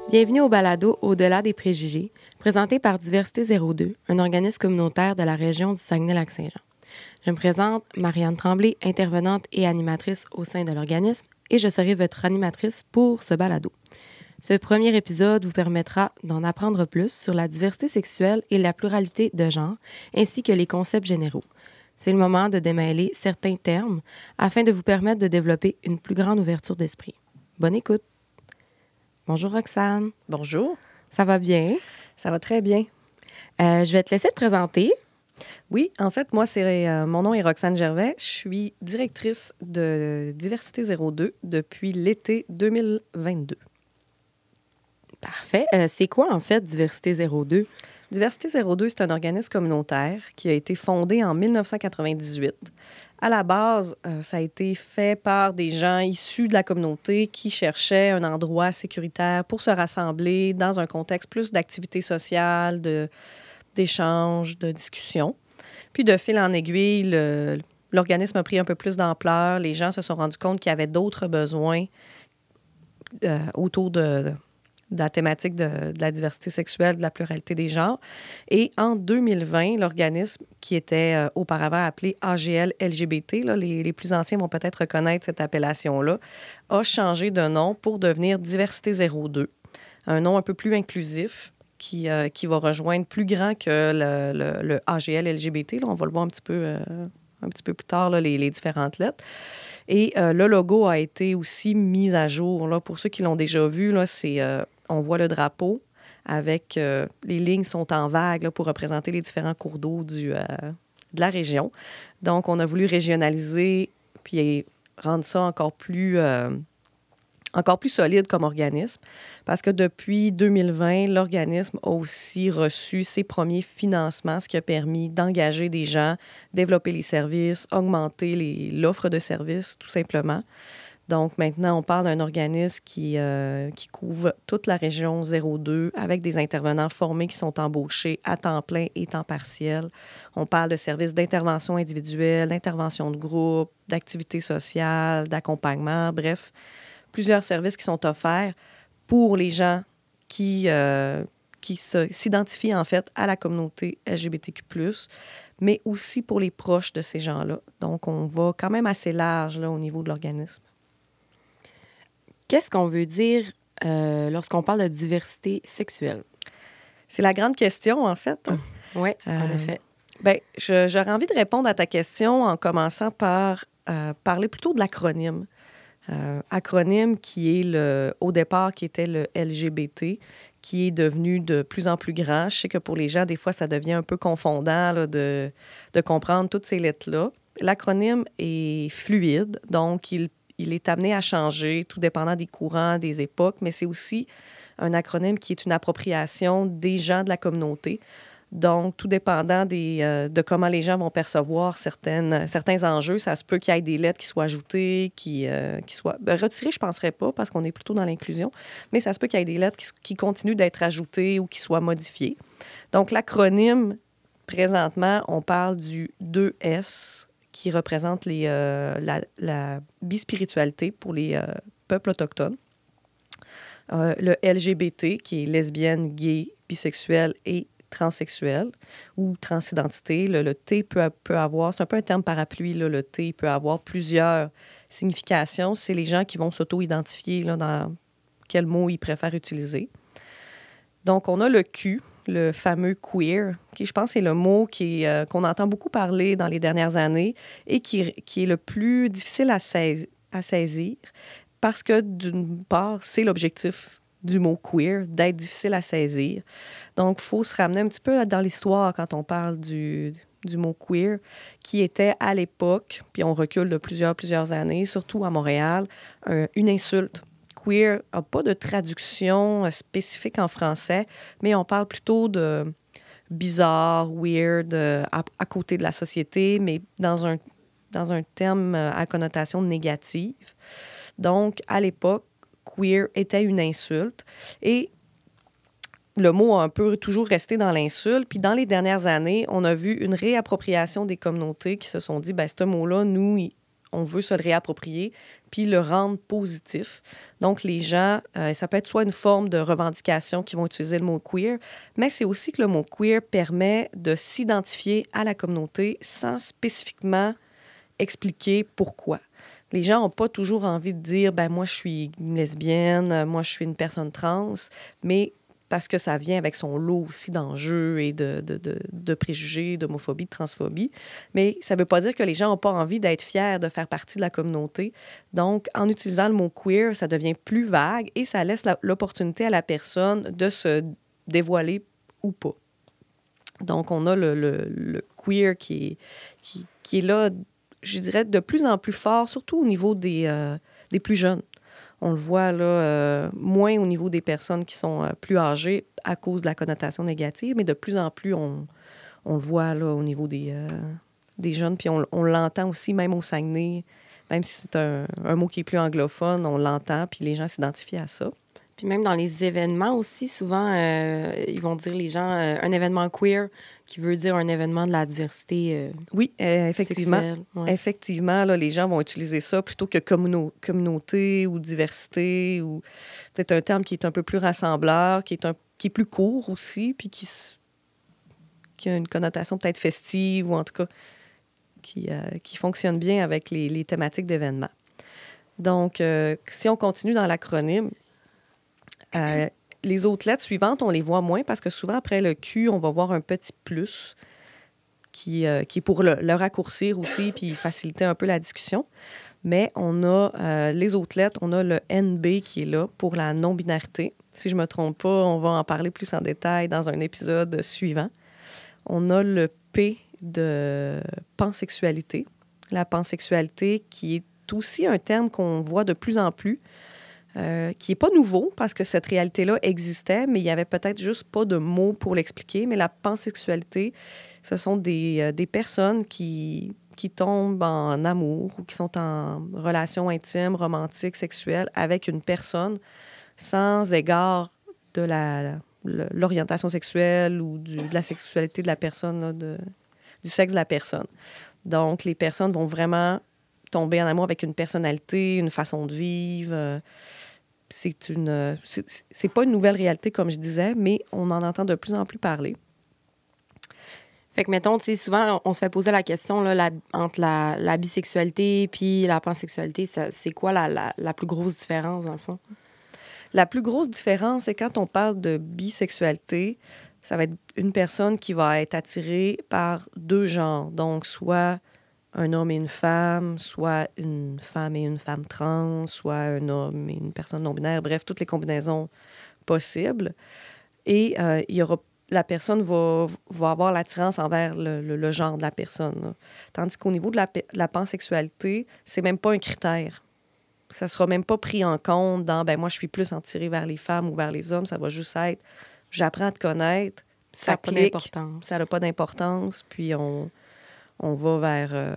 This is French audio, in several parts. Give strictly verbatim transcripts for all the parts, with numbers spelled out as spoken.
Bienvenue au balado Au-delà des préjugés, présenté par Diversité zéro deux, un organisme communautaire de la région du Saguenay-Lac-Saint-Jean. Je me présente, Marianne Tremblay, intervenante et animatrice au sein de l'organisme, et je serai votre animatrice pour ce balado. Ce premier épisode vous permettra d'en apprendre plus sur la diversité sexuelle et la pluralité de genre, ainsi que les concepts généraux. C'est le moment de démêler certains termes afin de vous permettre de développer une plus grande ouverture d'esprit. Bonne écoute! Bonjour Roxane. Bonjour. Ça va bien? Ça va très bien. Euh, je vais te laisser te présenter. Oui, en fait, moi, c'est euh, mon nom est Roxane Gervais. Je suis directrice de Diversité zéro deux depuis l'été deux mille vingt-deux. Parfait. Euh, c'est quoi, en fait, Diversité zéro deux? Diversité zéro deux, c'est un organisme communautaire qui a été fondé en dix-neuf cent quatre-vingt-dix-huit. À la base, euh, ça a été fait par des gens issus de la communauté qui cherchaient un endroit sécuritaire pour se rassembler dans un contexte plus d'activité sociale, de, d'échange, de discussion. Puis, de fil en aiguille, le, l'organisme a pris un peu plus d'ampleur. Les gens se sont rendus compte qu'il y avait d'autres besoins euh, autour de... de la thématique de, de la diversité sexuelle, de la pluralité des genres. Et en deux mille vingt, l'organisme, qui était euh, auparavant appelé A G L L G B T, là, les, les plus anciens vont peut-être reconnaître cette appellation-là, a changé de nom pour devenir Diversité zéro deux, un nom un peu plus inclusif qui, euh, qui va rejoindre plus grand que le, le, le A G L L G B T. Là, on va le voir un petit peu, euh, un petit peu plus tard, là, les, les différentes lettres. Et euh, le logo a été aussi mis à jour. Là, pour ceux qui l'ont déjà vu, là, c'est... Euh, on voit le drapeau avec... Euh, les lignes sont en vague là, pour représenter les différents cours d'eau du, euh, de la région. Donc, on a voulu régionaliser puis rendre ça encore plus, euh, encore plus solide comme organisme parce que depuis deux mille vingt, l'organisme a aussi reçu ses premiers financements, ce qui a permis d'engager des gens, développer les services, augmenter les, l'offre de services, tout simplement. Donc, maintenant, on parle d'un organisme qui, euh, qui couvre toute la région zéro deux avec des intervenants formés qui sont embauchés à temps plein et temps partiel. On parle de services d'intervention individuelle, d'intervention de groupe, d'activité sociale, d'accompagnement, bref, plusieurs services qui sont offerts pour les gens qui, euh, qui se, s'identifient en fait à la communauté L G B T Q plus, mais aussi pour les proches de ces gens-là. Donc, on va quand même assez large là, au niveau de l'organisme. Qu'est-ce qu'on veut dire euh, lorsqu'on parle de diversité sexuelle? C'est la grande question, en fait. Oui, euh, en effet. Bien, je, j'aurais envie de répondre à ta question en commençant par euh, parler plutôt de l'acronyme. Euh, acronyme qui est, le, au départ, qui était le L G B T, qui est devenu de plus en plus grand. Je sais que pour les gens, des fois, ça devient un peu confondant là, de, de comprendre toutes ces lettres-là. L'acronyme est fluide, donc il Il est amené à changer, tout dépendant des courants, des époques, mais c'est aussi un acronyme qui est une appropriation des gens de la communauté. Donc, tout dépendant des, euh, de comment les gens vont percevoir certaines, certains enjeux, ça se peut qu'il y ait des lettres qui soient ajoutées, qui, euh, qui soient... Ben, retirées, je ne penserais pas, parce qu'on est plutôt dans l'inclusion, mais ça se peut qu'il y ait des lettres qui, qui continuent d'être ajoutées ou qui soient modifiées. Donc, l'acronyme, présentement, on parle du deux S, qui représente les, euh, la, la bispiritualité pour les euh, peuples autochtones. Euh, le L G B T, qui est lesbienne, gay, bisexuelle et transsexuelle, ou transidentité. Le, le T peut, peut avoir, c'est un peu un terme parapluie, là, le T peut avoir plusieurs significations. C'est les gens qui vont s'auto-identifier là, dans quel mot ils préfèrent utiliser. Donc, on a le Q, le fameux queer, qui, je pense, est le mot qui est, euh, qu'on entend beaucoup parler dans les dernières années et qui, qui est le plus difficile à, sais- à saisir parce que, d'une part, c'est l'objectif du mot queer, d'être difficile à saisir. Donc, il faut se ramener un petit peu dans l'histoire quand on parle du, du mot queer, qui était à l'époque, puis on recule de plusieurs, plusieurs années, surtout à Montréal, un, une insulte. Queer n'a pas de traduction spécifique en français, mais on parle plutôt de bizarre, weird, à, à côté de la société, mais dans un, dans un terme à connotation négative. Donc, à l'époque, queer était une insulte et le mot a un peu toujours resté dans l'insulte. Puis dans les dernières années, on a vu une réappropriation des communautés qui se sont dit, bien, ce mot-là, nous, on veut se le réapproprier puis le rendre positif. Donc, les gens, euh, ça peut être soit une forme de revendication qui vont utiliser le mot queer, mais c'est aussi que le mot queer permet de s'identifier à la communauté sans spécifiquement expliquer pourquoi. Les gens n'ont pas toujours envie de dire « ben moi, je suis une lesbienne, moi, je suis une personne trans », mais parce que ça vient avec son lot aussi d'enjeux et de, de, de, de préjugés, d'homophobie, de transphobie. Mais ça ne veut pas dire que les gens n'ont pas envie d'être fiers de faire partie de la communauté. Donc, en utilisant le mot « queer », ça devient plus vague et ça laisse la, l'opportunité à la personne de se dévoiler ou pas. Donc, on a le, le, le queer qui est, qui, qui est là, je dirais, de plus en plus fort, surtout au niveau des, euh, des plus jeunes. On le voit là, euh, moins au niveau des personnes qui sont euh, plus âgées à cause de la connotation négative, mais de plus en plus, on, on le voit là, au niveau des, euh, des jeunes. Puis on, on l'entend aussi, même au Saguenay, même si c'est un, un mot qui est plus anglophone, on l'entend, puis les gens s'identifient à ça. Puis même dans les événements aussi, souvent, euh, ils vont dire les gens euh, un événement queer qui veut dire un événement de la diversité euh, Oui, euh, effectivement. sexuelle. Ouais. Effectivement, là, les gens vont utiliser ça plutôt que communo- communauté ou diversité ou peut-être un terme qui est un peu plus rassembleur, qui est, un, qui est plus court aussi, puis qui, qui a une connotation peut-être festive ou en tout cas qui, euh, qui fonctionne bien avec les, les thématiques d'événements. Donc, euh, si on continue dans l'acronyme, Euh, les autres lettres suivantes, on les voit moins parce que souvent, après le Q, on va voir un petit plus qui, euh, qui est pour le, le raccourcir aussi puis faciliter un peu la discussion. Mais on a euh, les autres lettres, on a le N B qui est là pour la non-binarité. Si je ne me trompe pas, on va en parler plus en détail dans un épisode suivant. On a le P de pansexualité. La pansexualité qui est aussi un terme qu'on voit de plus en plus. Euh, qui n'est pas nouveau parce que cette réalité-là existait, mais il n'y avait peut-être juste pas de mots pour l'expliquer. Mais la pansexualité, ce sont des, euh, des personnes qui, qui tombent en amour ou qui sont en relation intime, romantique, sexuelle avec une personne sans égard de la, l'orientation sexuelle ou du, de la sexualité de la personne, là, de, du sexe de la personne. Donc, les personnes vont vraiment tomber en amour avec une personnalité, une façon de vivre. Euh, c'est une, c'est, c'est pas une nouvelle réalité, comme je disais, mais on en entend de plus en plus parler. Fait que, mettons, tu sais, souvent, on, on se fait poser la question là, la, entre la, la bisexualité puis la pansexualité, ça, c'est quoi la, la, la plus grosse différence, dans le fond? La plus grosse différence, c'est quand on parle de bisexualité, ça va être une personne qui va être attirée par deux genres, donc soit un homme et une femme, soit une femme et une femme trans, soit un homme et une personne non-binaire, bref, toutes les combinaisons possibles. Et euh, il y aura, la personne va, va avoir l'attirance envers le, le, le genre de la personne, là. Tandis qu'au niveau de la, la pansexualité, c'est même pas un critère. Ça sera même pas pris en compte dans « ben moi, je suis plus attirée vers les femmes ou vers les hommes », ça va juste être « j'apprends à te connaître, ça, ça clique, ça n'a pas d'importance, puis on... on va vers, euh,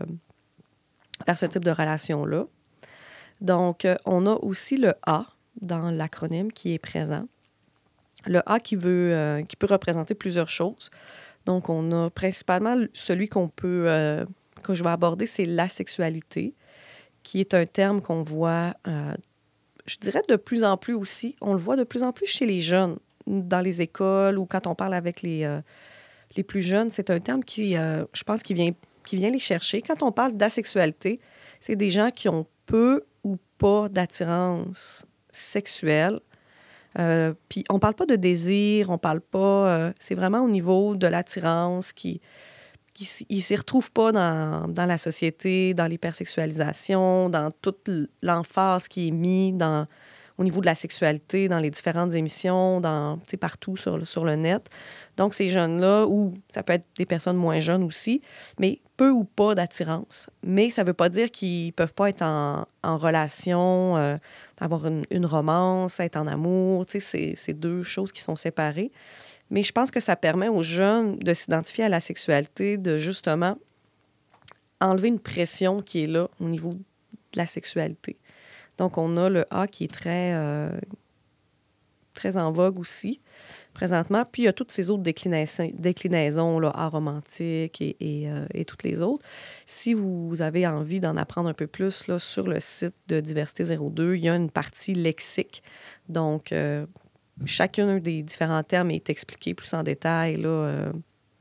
vers ce type de relation-là. Donc, euh, on a aussi le A dans l'acronyme qui est présent. Le A qui, veut, euh, qui peut représenter plusieurs choses. Donc, on a principalement celui qu'on peut, euh, que je vais aborder, c'est l'asexualité, qui est un terme qu'on voit, euh, je dirais de plus en plus aussi. On le voit de plus en plus chez les jeunes, dans les écoles ou quand on parle avec les, euh, les plus jeunes. C'est un terme qui, euh, je pense, qui vient qui vient les chercher. Quand on parle d'asexualité, c'est des gens qui ont peu ou pas d'attirance sexuelle. Euh, puis on parle pas de désir, on parle pas... Euh, c'est vraiment au niveau de l'attirance qui... qui ils s'y retrouvent pas dans, dans la société, dans l'hypersexualisation, dans toute l'emphase qui est mise dans, au niveau de la sexualité, dans les différentes émissions, dans, tu sais, partout sur, sur le net. Donc, ces jeunes-là, ou ça peut être des personnes moins jeunes aussi, mais peu ou pas d'attirance. Mais ça ne veut pas dire qu'ils ne peuvent pas être en, en relation, euh, avoir une, une romance, être en amour. Tu sais, c'est, c'est deux choses qui sont séparées. Mais je pense que ça permet aux jeunes de s'identifier à la sexualité, de justement enlever une pression qui est là au niveau de la sexualité. Donc, on a le A qui est très, euh, très en vogue aussi. présentement. Puis, il y a toutes ces autres déclinaisons, déclinaisons là, art romantique et, et, euh, et toutes les autres. Si vous avez envie d'en apprendre un peu plus, là, sur le site de Diversité zéro deux, il y a une partie lexique. Donc, euh, chacun des différents termes est expliqué plus en détail là, euh,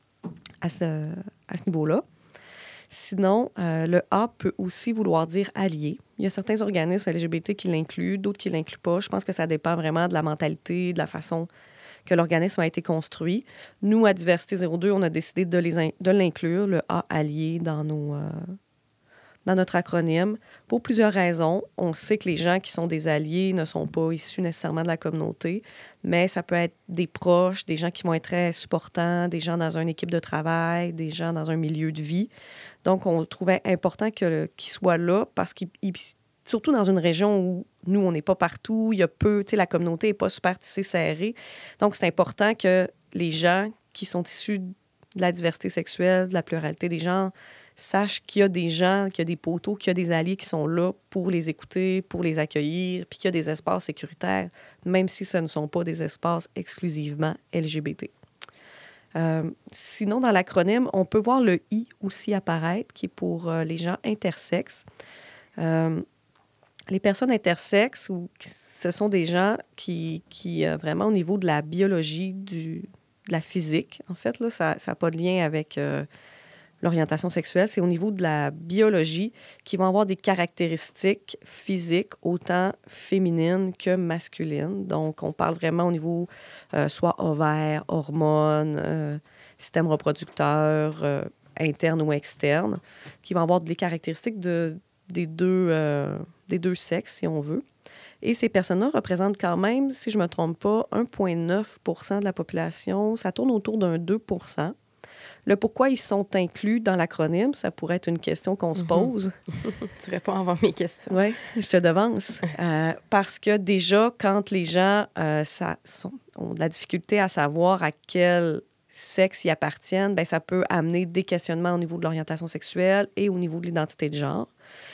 à ce, à ce niveau-là. Sinon, euh, le A peut aussi vouloir dire allié. Il y a certains organismes L G B T qui l'incluent, d'autres qui ne l'incluent pas. Je pense que ça dépend vraiment de la mentalité, de la façon que l'organisme a été construit. Nous, à Diversité zéro deux, on a décidé de, les in- de l'inclure, le A allié, dans, nos, euh, dans notre acronyme, pour plusieurs raisons. On sait que les gens qui sont des alliés ne sont pas issus nécessairement de la communauté, mais ça peut être des proches, des gens qui vont être très supportants, des gens dans une équipe de travail, des gens dans un milieu de vie. Donc, on trouvait important que, qu'ils soient là parce qu'ils, surtout dans une région où nous, on n'est pas partout, il y a peu, tu sais, la communauté n'est pas super tissée, serrée. Donc, c'est important que les gens qui sont issus de la diversité sexuelle, de la pluralité des genres, sachent qu'il y a des gens, qu'il y a des poteaux, qu'il y a des alliés qui sont là pour les écouter, pour les accueillir, puis qu'il y a des espaces sécuritaires, même si ce ne sont pas des espaces exclusivement L G B T. Euh, sinon, dans l'acronyme, on peut voir le I aussi apparaître, qui est pour euh, les gens intersexes. Euh, les personnes intersexes, ou, ce sont des gens qui, qui euh, vraiment, au niveau de la biologie, du, de la physique, en fait, là, ça n'a pas de lien avec euh, l'orientation sexuelle. C'est au niveau de la biologie qui vont avoir des caractéristiques physiques autant féminines que masculines. Donc, on parle vraiment au niveau euh, soit ovaire, hormones, euh, système reproducteur, euh, interne ou externe, qui vont avoir des caractéristiques de, des, deux, euh, des deux sexes, si on veut. Et ces personnes-là représentent quand même, si je ne me trompe pas, un virgule neuf pour cent de la population. Ça tourne autour d'un deux pour cent. Le pourquoi ils sont inclus dans l'acronyme, ça pourrait être une question qu'on se pose. Tu réponds avant mes questions. Oui, je te devance. euh, parce que déjà, quand les gens euh, ça, sont, ont de la difficulté à savoir à quel sexe ils appartiennent, bien, ça peut amener des questionnements au niveau de l'orientation sexuelle et au niveau de l'identité de genre.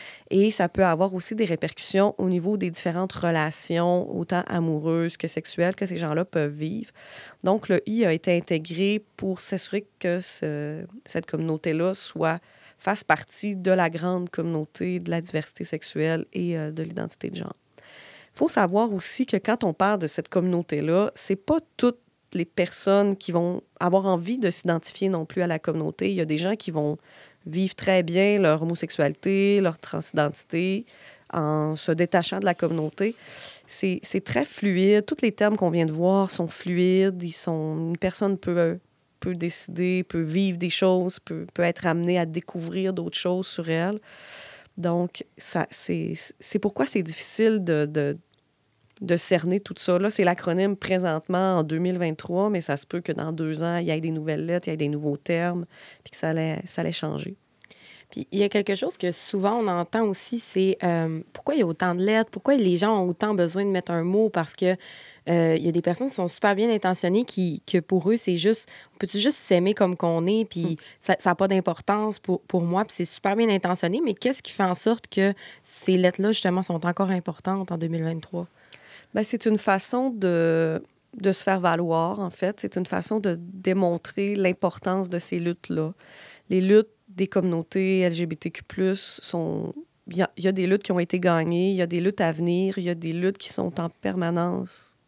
Et ça peut avoir aussi des répercussions au niveau des différentes relations, autant amoureuses que sexuelles, que ces gens-là peuvent vivre. Donc, le I a été intégré pour s'assurer que ce, cette communauté-là soit, fasse partie de la grande communauté de la diversité sexuelle et euh, de l'identité de genre. Il faut savoir aussi que quand on parle de cette communauté-là, c'est pas toutes les personnes qui vont avoir envie de s'identifier non plus à la communauté. Il y a des gens qui vont vivent très bien leur homosexualité, leur transidentité, en se détachant de la communauté. C'est, c'est très fluide. Tous les termes qu'on vient de voir sont fluides. Ils sont, une personne peut, peut décider, peut vivre des choses, peut, peut être amenée à découvrir d'autres choses sur elle. Donc, ça, c'est, c'est pourquoi c'est difficile de, de, de cerner tout ça. Là, c'est l'acronyme présentement en deux mille vingt-trois, mais ça se peut que dans deux ans, il y ait des nouvelles lettres, il y ait des nouveaux termes, puis que ça allait, ça allait changer. Puis il y a quelque chose que souvent on entend aussi, c'est euh, pourquoi il y a autant de lettres, pourquoi les gens ont autant besoin de mettre un mot, parce que euh, il y a des personnes qui sont super bien intentionnées, qui, que pour eux, c'est juste, on peut-tu juste s'aimer comme qu'on est, puis mm. ça n'a pas d'importance pour, pour moi, puis c'est super bien intentionné, mais qu'est-ce qui fait en sorte que ces lettres-là, justement, sont encore importantes en deux mille vingt-trois? Bien, c'est une façon de, de se faire valoir, en fait. C'est une façon de démontrer l'importance de ces luttes-là. Les luttes des communautés L G B T Q plus, sont... il y a, il y a des luttes qui ont été gagnées, il y a des luttes à venir, il y a des luttes qui sont en permanence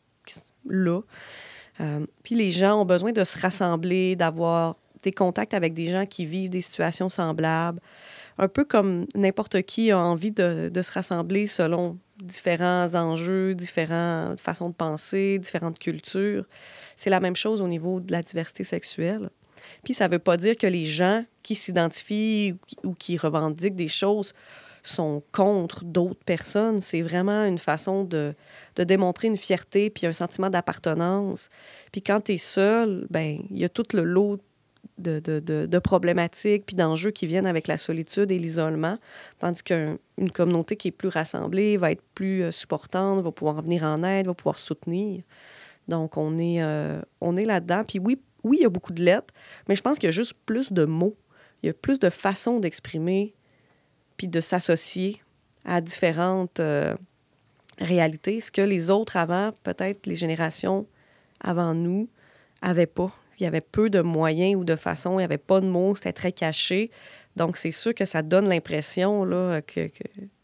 là. Euh, puis les gens ont besoin de se rassembler, d'avoir des contacts avec des gens qui vivent des situations semblables. Un peu comme n'importe qui a envie de, de se rassembler selon différents enjeux, différentes façons de penser, différentes cultures. C'est la même chose au niveau de la diversité sexuelle. Puis ça ne veut pas dire que les gens qui s'identifient ou qui revendiquent des choses sont contre d'autres personnes. C'est vraiment une façon de, de démontrer une fierté puis un sentiment d'appartenance. Puis quand tu es seul, ben il y a tout le lot de, de, de, de problématiques puis d'enjeux qui viennent avec la solitude et l'isolement, tandis qu'une communauté qui est plus rassemblée va être plus supportante, va pouvoir venir en aide, va pouvoir soutenir. Donc, on est, euh, on est là-dedans. Puis oui, oui, il y a beaucoup de lettres, mais je pense qu'il y a juste plus de mots. Il y a plus de façons d'exprimer puis de s'associer à différentes euh, réalités. Ce que les autres avant, peut-être les générations avant nous, avait pas. Il y avait peu de moyens ou de façons, il n'y avait pas de mots, c'était très caché. Donc, c'est sûr que ça donne l'impression là, que, que,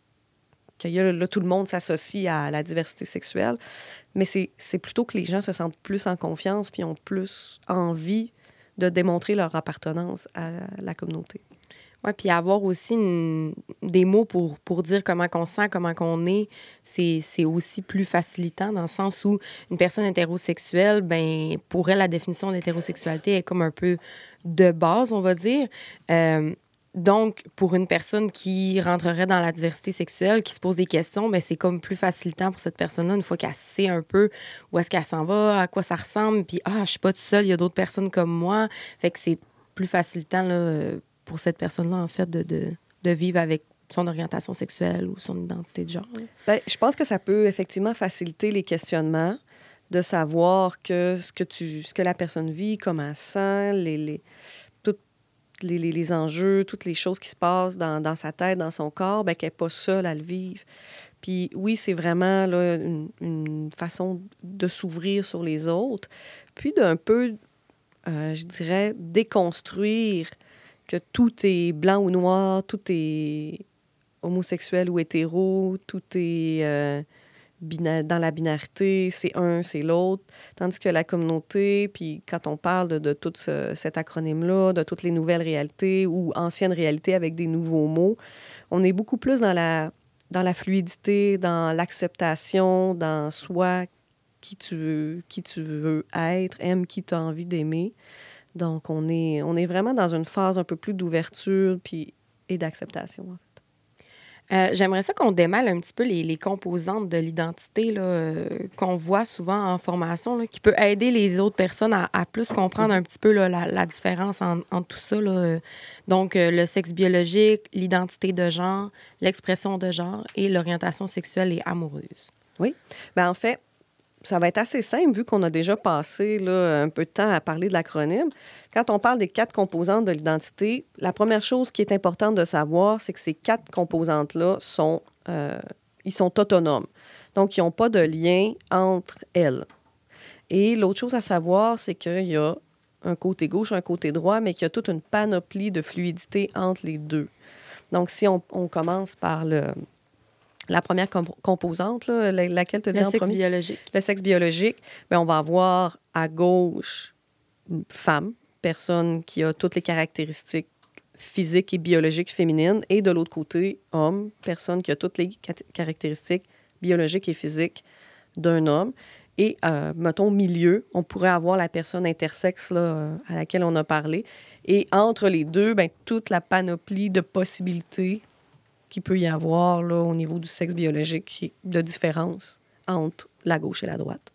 que y a, là, tout le monde s'associe à la diversité sexuelle. Mais c'est, c'est plutôt que les gens se sentent plus en confiance puis ont plus envie de démontrer leur appartenance à la communauté. Oui, puis avoir aussi une, des mots pour, pour dire comment on se sent, comment on est, c'est, c'est aussi plus facilitant dans le sens où une personne hétérosexuelle, ben pour elle, la définition d'hétérosexualité est comme un peu de base, on va dire. Euh, donc, pour une personne qui rentrerait dans la diversité sexuelle, qui se pose des questions, ben c'est comme plus facilitant pour cette personne-là, une fois qu'elle sait un peu où est-ce qu'elle s'en va, à quoi ça ressemble, puis « Ah, je suis pas toute seule, il y a d'autres personnes comme moi. » Fait que c'est plus facilitant, là, pour cette personne-là, en fait, de, de, de vivre avec son orientation sexuelle ou son identité de genre. Bien, je pense que ça peut effectivement faciliter les questionnements, de savoir que ce que, tu, ce que la personne vit, comment elle sent, les, les, tous les, les, les enjeux, toutes les choses qui se passent dans, dans sa tête, dans son corps, bien, qu'elle n'est pas seule à le vivre. Puis oui, c'est vraiment là, une, une façon de s'ouvrir sur les autres, puis d'un peu, euh, je dirais, déconstruire que tout est blanc ou noir, tout est homosexuel ou hétéro, tout est euh, bina- dans la binarité, c'est un, c'est l'autre. Tandis que la communauté, puis quand on parle de, de tout ce, cet acronyme-là, de toutes les nouvelles réalités ou anciennes réalités avec des nouveaux mots, on est beaucoup plus dans la, dans la fluidité, dans l'acceptation, dans soi, qui tu veux, qui tu veux être, aime qui tu as envie d'aimer. Donc, on est, on est vraiment dans une phase un peu plus d'ouverture puis, et d'acceptation, en fait. Euh, j'aimerais ça qu'on démêle un petit peu les, les composantes de l'identité là, euh, qu'on voit souvent en formation, là, qui peut aider les autres personnes à, à plus comprendre un petit peu là, la, la différence en, entre tout ça. Là. Donc, euh, le sexe biologique, l'identité de genre, l'expression de genre et l'orientation sexuelle et amoureuse. Oui. Bien, en fait, ça va être assez simple vu qu'on a déjà passé là, un peu de temps à parler de l'acronyme. Quand on parle des quatre composantes de l'identité, la première chose qui est importante de savoir, c'est que ces quatre composantes-là sont, euh, ils sont autonomes. Donc, ils n'ont pas de lien entre elles. Et l'autre chose à savoir, c'est qu'il y a un côté gauche, un côté droit, mais qu'il y a toute une panoplie de fluidité entre les deux. Donc, si on, on commence par le... La première comp- composante, là, laquelle tu dis en premier? Le sexe biologique. Le sexe biologique. Bien, on va avoir à gauche une femme, personne qui a toutes les caractéristiques physiques et biologiques féminines, et de l'autre côté, homme, personne qui a toutes les caractéristiques biologiques et physiques d'un homme. Et, euh, mettons, au milieu, on pourrait avoir la personne intersexe là, à laquelle on a parlé. Et entre les deux, bien, toute la panoplie de possibilités qu'il peut y avoir là, au niveau du sexe biologique, de différence entre la gauche et la droite.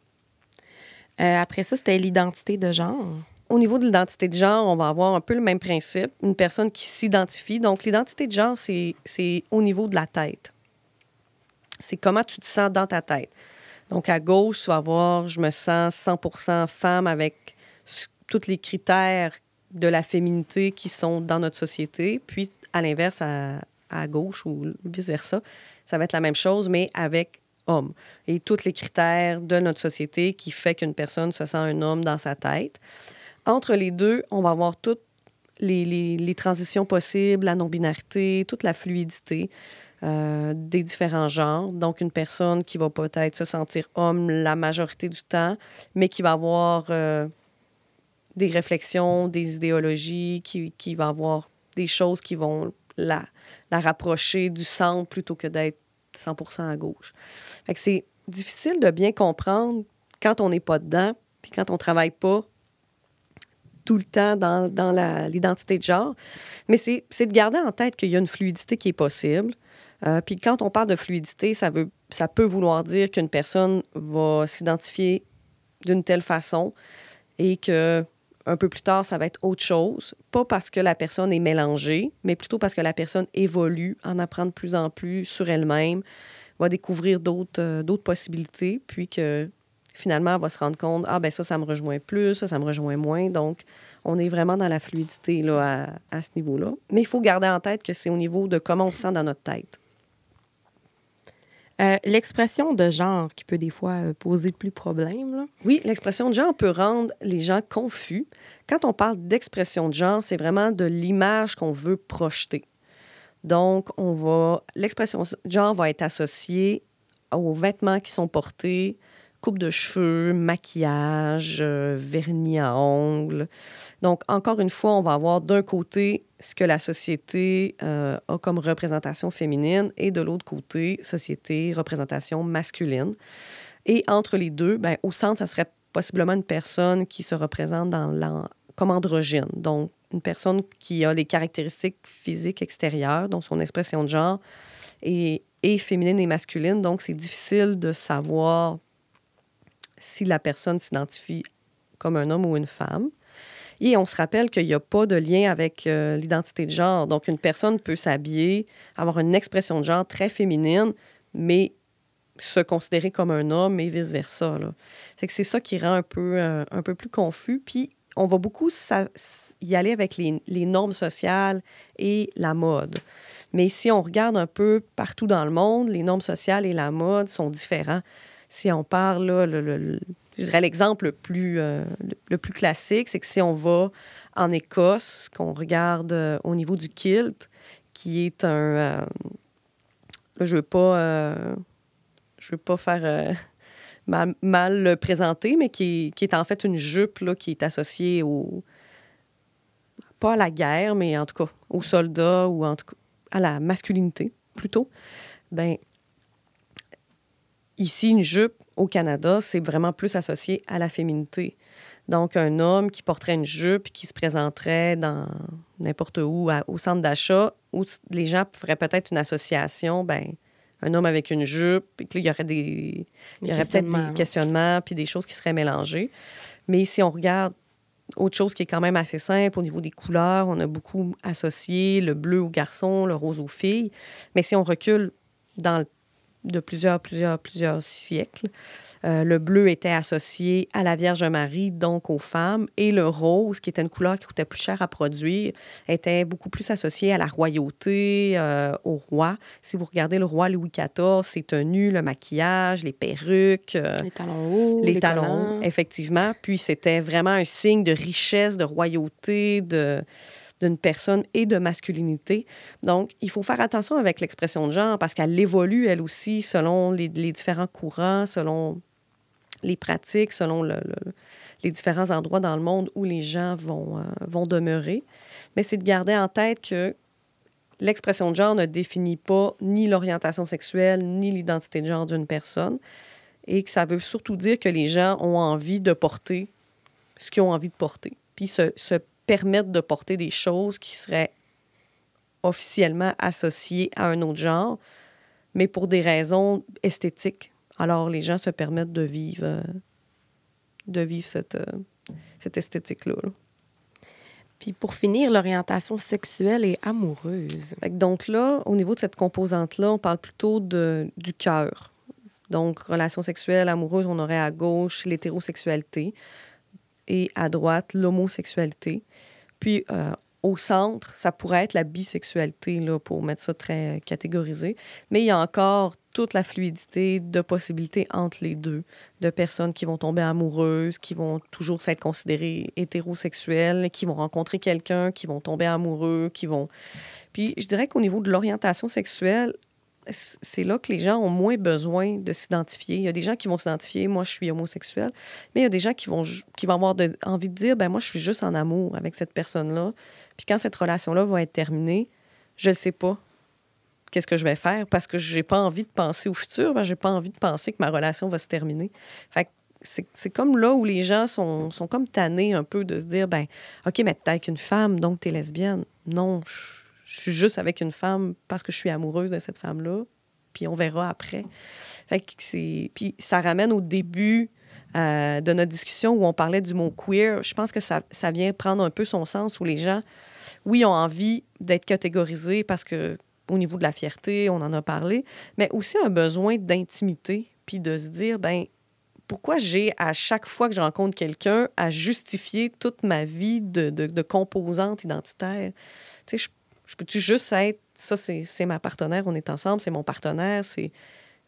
Euh, après ça, c'était l'identité de genre. Au niveau de l'identité de genre, on va avoir un peu le même principe. Une personne qui s'identifie. Donc, l'identité de genre, c'est, c'est au niveau de la tête. C'est comment tu te sens dans ta tête. Donc, à gauche, tu vas avoir « je me sens cent pour cent femme » avec tous les critères de la féminité qui sont dans notre société. Puis, à l'inverse, à, à gauche ou vice-versa, ça va être la même chose, mais avec homme. Et tous les critères de notre société qui fait qu'une personne se sent un homme dans sa tête. Entre les deux, on va avoir toutes les, les, les transitions possibles, la non-binarité, toute la fluidité euh, des différents genres. Donc, une personne qui va peut-être se sentir homme la majorité du temps, mais qui va avoir euh, des réflexions, des idéologies, qui, qui va avoir des choses qui vont la, la rapprocher du centre plutôt que d'être cent pour cent à gauche. Fait que c'est difficile de bien comprendre quand on n'est pas dedans, puis quand on ne travaille pas tout le temps dans, dans la, l'identité de genre. Mais c'est, c'est de garder en tête qu'il y a une fluidité qui est possible. Euh, puis quand on parle de fluidité, ça, veut, ça peut vouloir dire qu'une personne va s'identifier d'une telle façon et que un peu plus tard, ça va être autre chose. Pas parce que la personne est mélangée, mais plutôt parce que la personne évolue, en apprend de plus en plus sur elle-même, va découvrir d'autres, euh, d'autres possibilités, puis que finalement, elle va se rendre compte, ah ben ça, ça me rejoint plus, ça, ça me rejoint moins. Donc, on est vraiment dans la fluidité là, à, à ce niveau-là. Mais il faut garder en tête que c'est au niveau de comment on se sent dans notre tête. Euh, l'expression de genre qui peut des fois euh, poser plus problème, là. Oui, l'expression de genre peut rendre les gens confus. Quand on parle d'expression de genre, c'est vraiment de l'image qu'on veut projeter. Donc, on va, l'expression de genre va être associée aux vêtements qui sont portés, coupe de cheveux, maquillage, euh, vernis à ongles. Donc, encore une fois, on va avoir d'un côté ce que la société euh, a comme représentation féminine et de l'autre côté, société, représentation masculine. Et entre les deux, bien, au centre, ça serait possiblement une personne qui se représente dans la, comme androgyne. Donc, une personne qui a les caractéristiques physiques extérieures, dont son expression de genre est, est féminine et masculine. Donc, c'est difficile de savoir si la personne s'identifie comme un homme ou une femme. Et on se rappelle qu'il n'y a pas de lien avec euh, l'identité de genre. Donc, une personne peut s'habiller, avoir une expression de genre très féminine, mais se considérer comme un homme et vice-versa, là. C'est que c'est ça qui rend un peu, euh, un peu plus confus. Puis, on va beaucoup ça, y aller avec les, les normes sociales et la mode. Mais si on regarde un peu partout dans le monde, les normes sociales et la mode sont différents. Si on parle, là, le, le, le, je dirais l'exemple le plus, euh, le, le plus classique, c'est que si on va en Écosse, qu'on regarde euh, au niveau du kilt, qui est un... Euh, je ne veux pas... Euh, je veux pas faire... Euh, mal, mal le présenter, mais qui est, qui est en fait une jupe là, qui est associée au... pas à la guerre, mais en tout cas aux soldats ou en tout cas à la masculinité, plutôt. Bien, ici, une jupe, au Canada, c'est vraiment plus associé à la féminité. Donc, un homme qui porterait une jupe, qui se présenterait dans n'importe où, à, au centre d'achat, où les gens feraient peut-être une association, ben un homme avec une jupe, puis qu'il y aurait des, il y aurait peut-être des questionnements, puis des choses qui seraient mélangées. Mais si on regarde autre chose qui est quand même assez simple, au niveau des couleurs, on a beaucoup associé le bleu aux garçons, le rose aux filles. Mais si on recule dans de plusieurs, plusieurs, plusieurs siècles, euh, le bleu était associé à la Vierge Marie, donc aux femmes, et le rose, qui était une couleur qui coûtait plus cher à produire, était beaucoup plus associé à la royauté, euh, au roi. Si vous regardez le roi Louis quatorze, ses tenues, le maquillage, les perruques, euh, les talons hauts, les, les talons collants. hauts, effectivement. Puis c'était vraiment un signe de richesse, de royauté, de d'une personne et de masculinité. Donc, il faut faire attention avec l'expression de genre parce qu'elle évolue, elle aussi, selon les, les différents courants, selon les pratiques, selon le, le, les différents endroits dans le monde où les gens vont, euh, vont demeurer. Mais c'est de garder en tête que l'expression de genre ne définit pas ni l'orientation sexuelle, ni l'identité de genre d'une personne et que ça veut surtout dire que les gens ont envie de porter ce qu'ils ont envie de porter. Puis se, se permettre de porter des choses qui seraient officiellement associées à un autre genre, mais pour des raisons esthétiques. Alors, les gens se permettent de vivre, euh, de vivre cette, euh, cette esthétique-là. Là. Puis pour finir, l'orientation sexuelle et amoureuse. Donc là, au niveau de cette composante-là, on parle plutôt de, du cœur. Donc, relation sexuelle, amoureuse, on aurait à gauche l'hétérosexualité et à droite l'homosexualité. Puis, euh, au centre, ça pourrait être la bisexualité, là, pour mettre ça très catégorisé. Mais il y a encore toute la fluidité de possibilités entre les deux, de personnes qui vont tomber amoureuses, qui vont toujours s'être considérées hétérosexuelles, qui vont rencontrer quelqu'un, qui vont tomber amoureux, qui vont... Puis, je dirais qu'au niveau de l'orientation sexuelle, c'est là que les gens ont moins besoin de s'identifier. Il y a des gens qui vont s'identifier, moi, je suis homosexuel, mais il y a des gens qui vont, qui vont avoir de, envie de dire, ben moi, je suis juste en amour avec cette personne-là. Puis quand cette relation-là va être terminée, je ne sais pas qu'est-ce que je vais faire parce que je n'ai pas envie de penser au futur, je n'ai pas envie de penser que ma relation va se terminer. Fait que c'est, c'est comme là où les gens sont, sont comme tannés un peu de se dire, ben OK, mais t'es avec une femme, donc t'es lesbienne. Non, je Je suis juste avec une femme parce que je suis amoureuse de cette femme-là, puis on verra après. Fait que c'est... Puis ça ramène au début euh, de notre discussion où on parlait du mot queer. Je pense que ça, ça vient prendre un peu son sens où les gens, oui, ont envie d'être catégorisés parce que au niveau de la fierté, on en a parlé, mais aussi un besoin d'intimité, puis de se dire, ben pourquoi j'ai, à chaque fois que je rencontre quelqu'un, à justifier toute ma vie de, de, de composante identitaire? Tu sais, je Je peux-tu juste être... Ça, c'est, c'est ma partenaire, on est ensemble, c'est mon partenaire, c'est,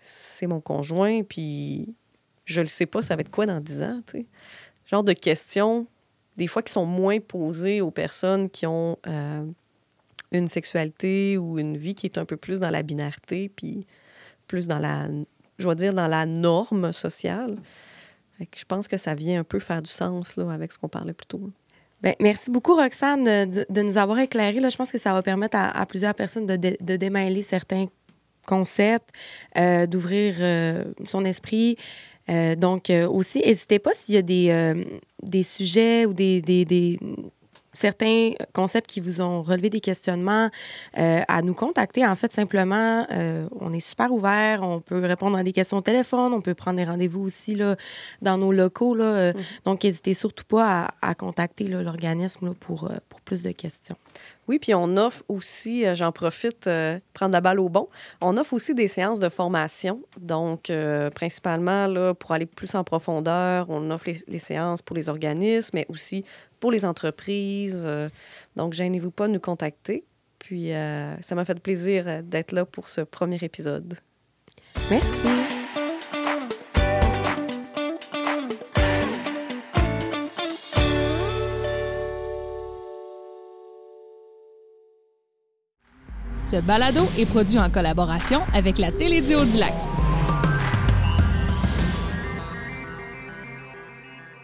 c'est mon conjoint, puis je le sais pas, ça va être quoi dans dix ans, tu sais? Genre de questions, des fois, qui sont moins posées aux personnes qui ont euh, une sexualité ou une vie qui est un peu plus dans la binarité, puis plus dans la, je vais dire, dans la norme sociale. Fait que je pense que ça vient un peu faire du sens là, avec ce qu'on parlait plus tôt. Bien, merci beaucoup, Roxane, de, de nous avoir éclairé. Là, je pense que ça va permettre à, à plusieurs personnes de, de, de démêler certains concepts, euh, d'ouvrir euh, son esprit. Euh, donc, euh, aussi, n'hésitez pas s'il y a des, euh, des sujets ou des, des, des, certains concepts qui vous ont relevé des questionnements, euh, à nous contacter. En fait, simplement, euh, on est super ouvert. On peut répondre à des questions au téléphone. On peut prendre des rendez-vous aussi là, dans nos locaux. Là. Euh, mm-hmm. Donc, n'hésitez surtout pas à, à contacter là, l'organisme là, pour, euh, pour plus de questions. Oui, puis on offre aussi, euh, j'en profite, euh, prendre la balle au bon, on offre aussi des séances de formation. Donc, euh, principalement, là, pour aller plus en profondeur, on offre les, les séances pour les organismes, mais aussi pour les entreprises. Euh, donc, gênez-vous pas de nous contacter. Puis, euh, ça m'a fait plaisir d'être là pour ce premier épisode. Merci. Ce balado est produit en collaboration avec la Télédio du Lac.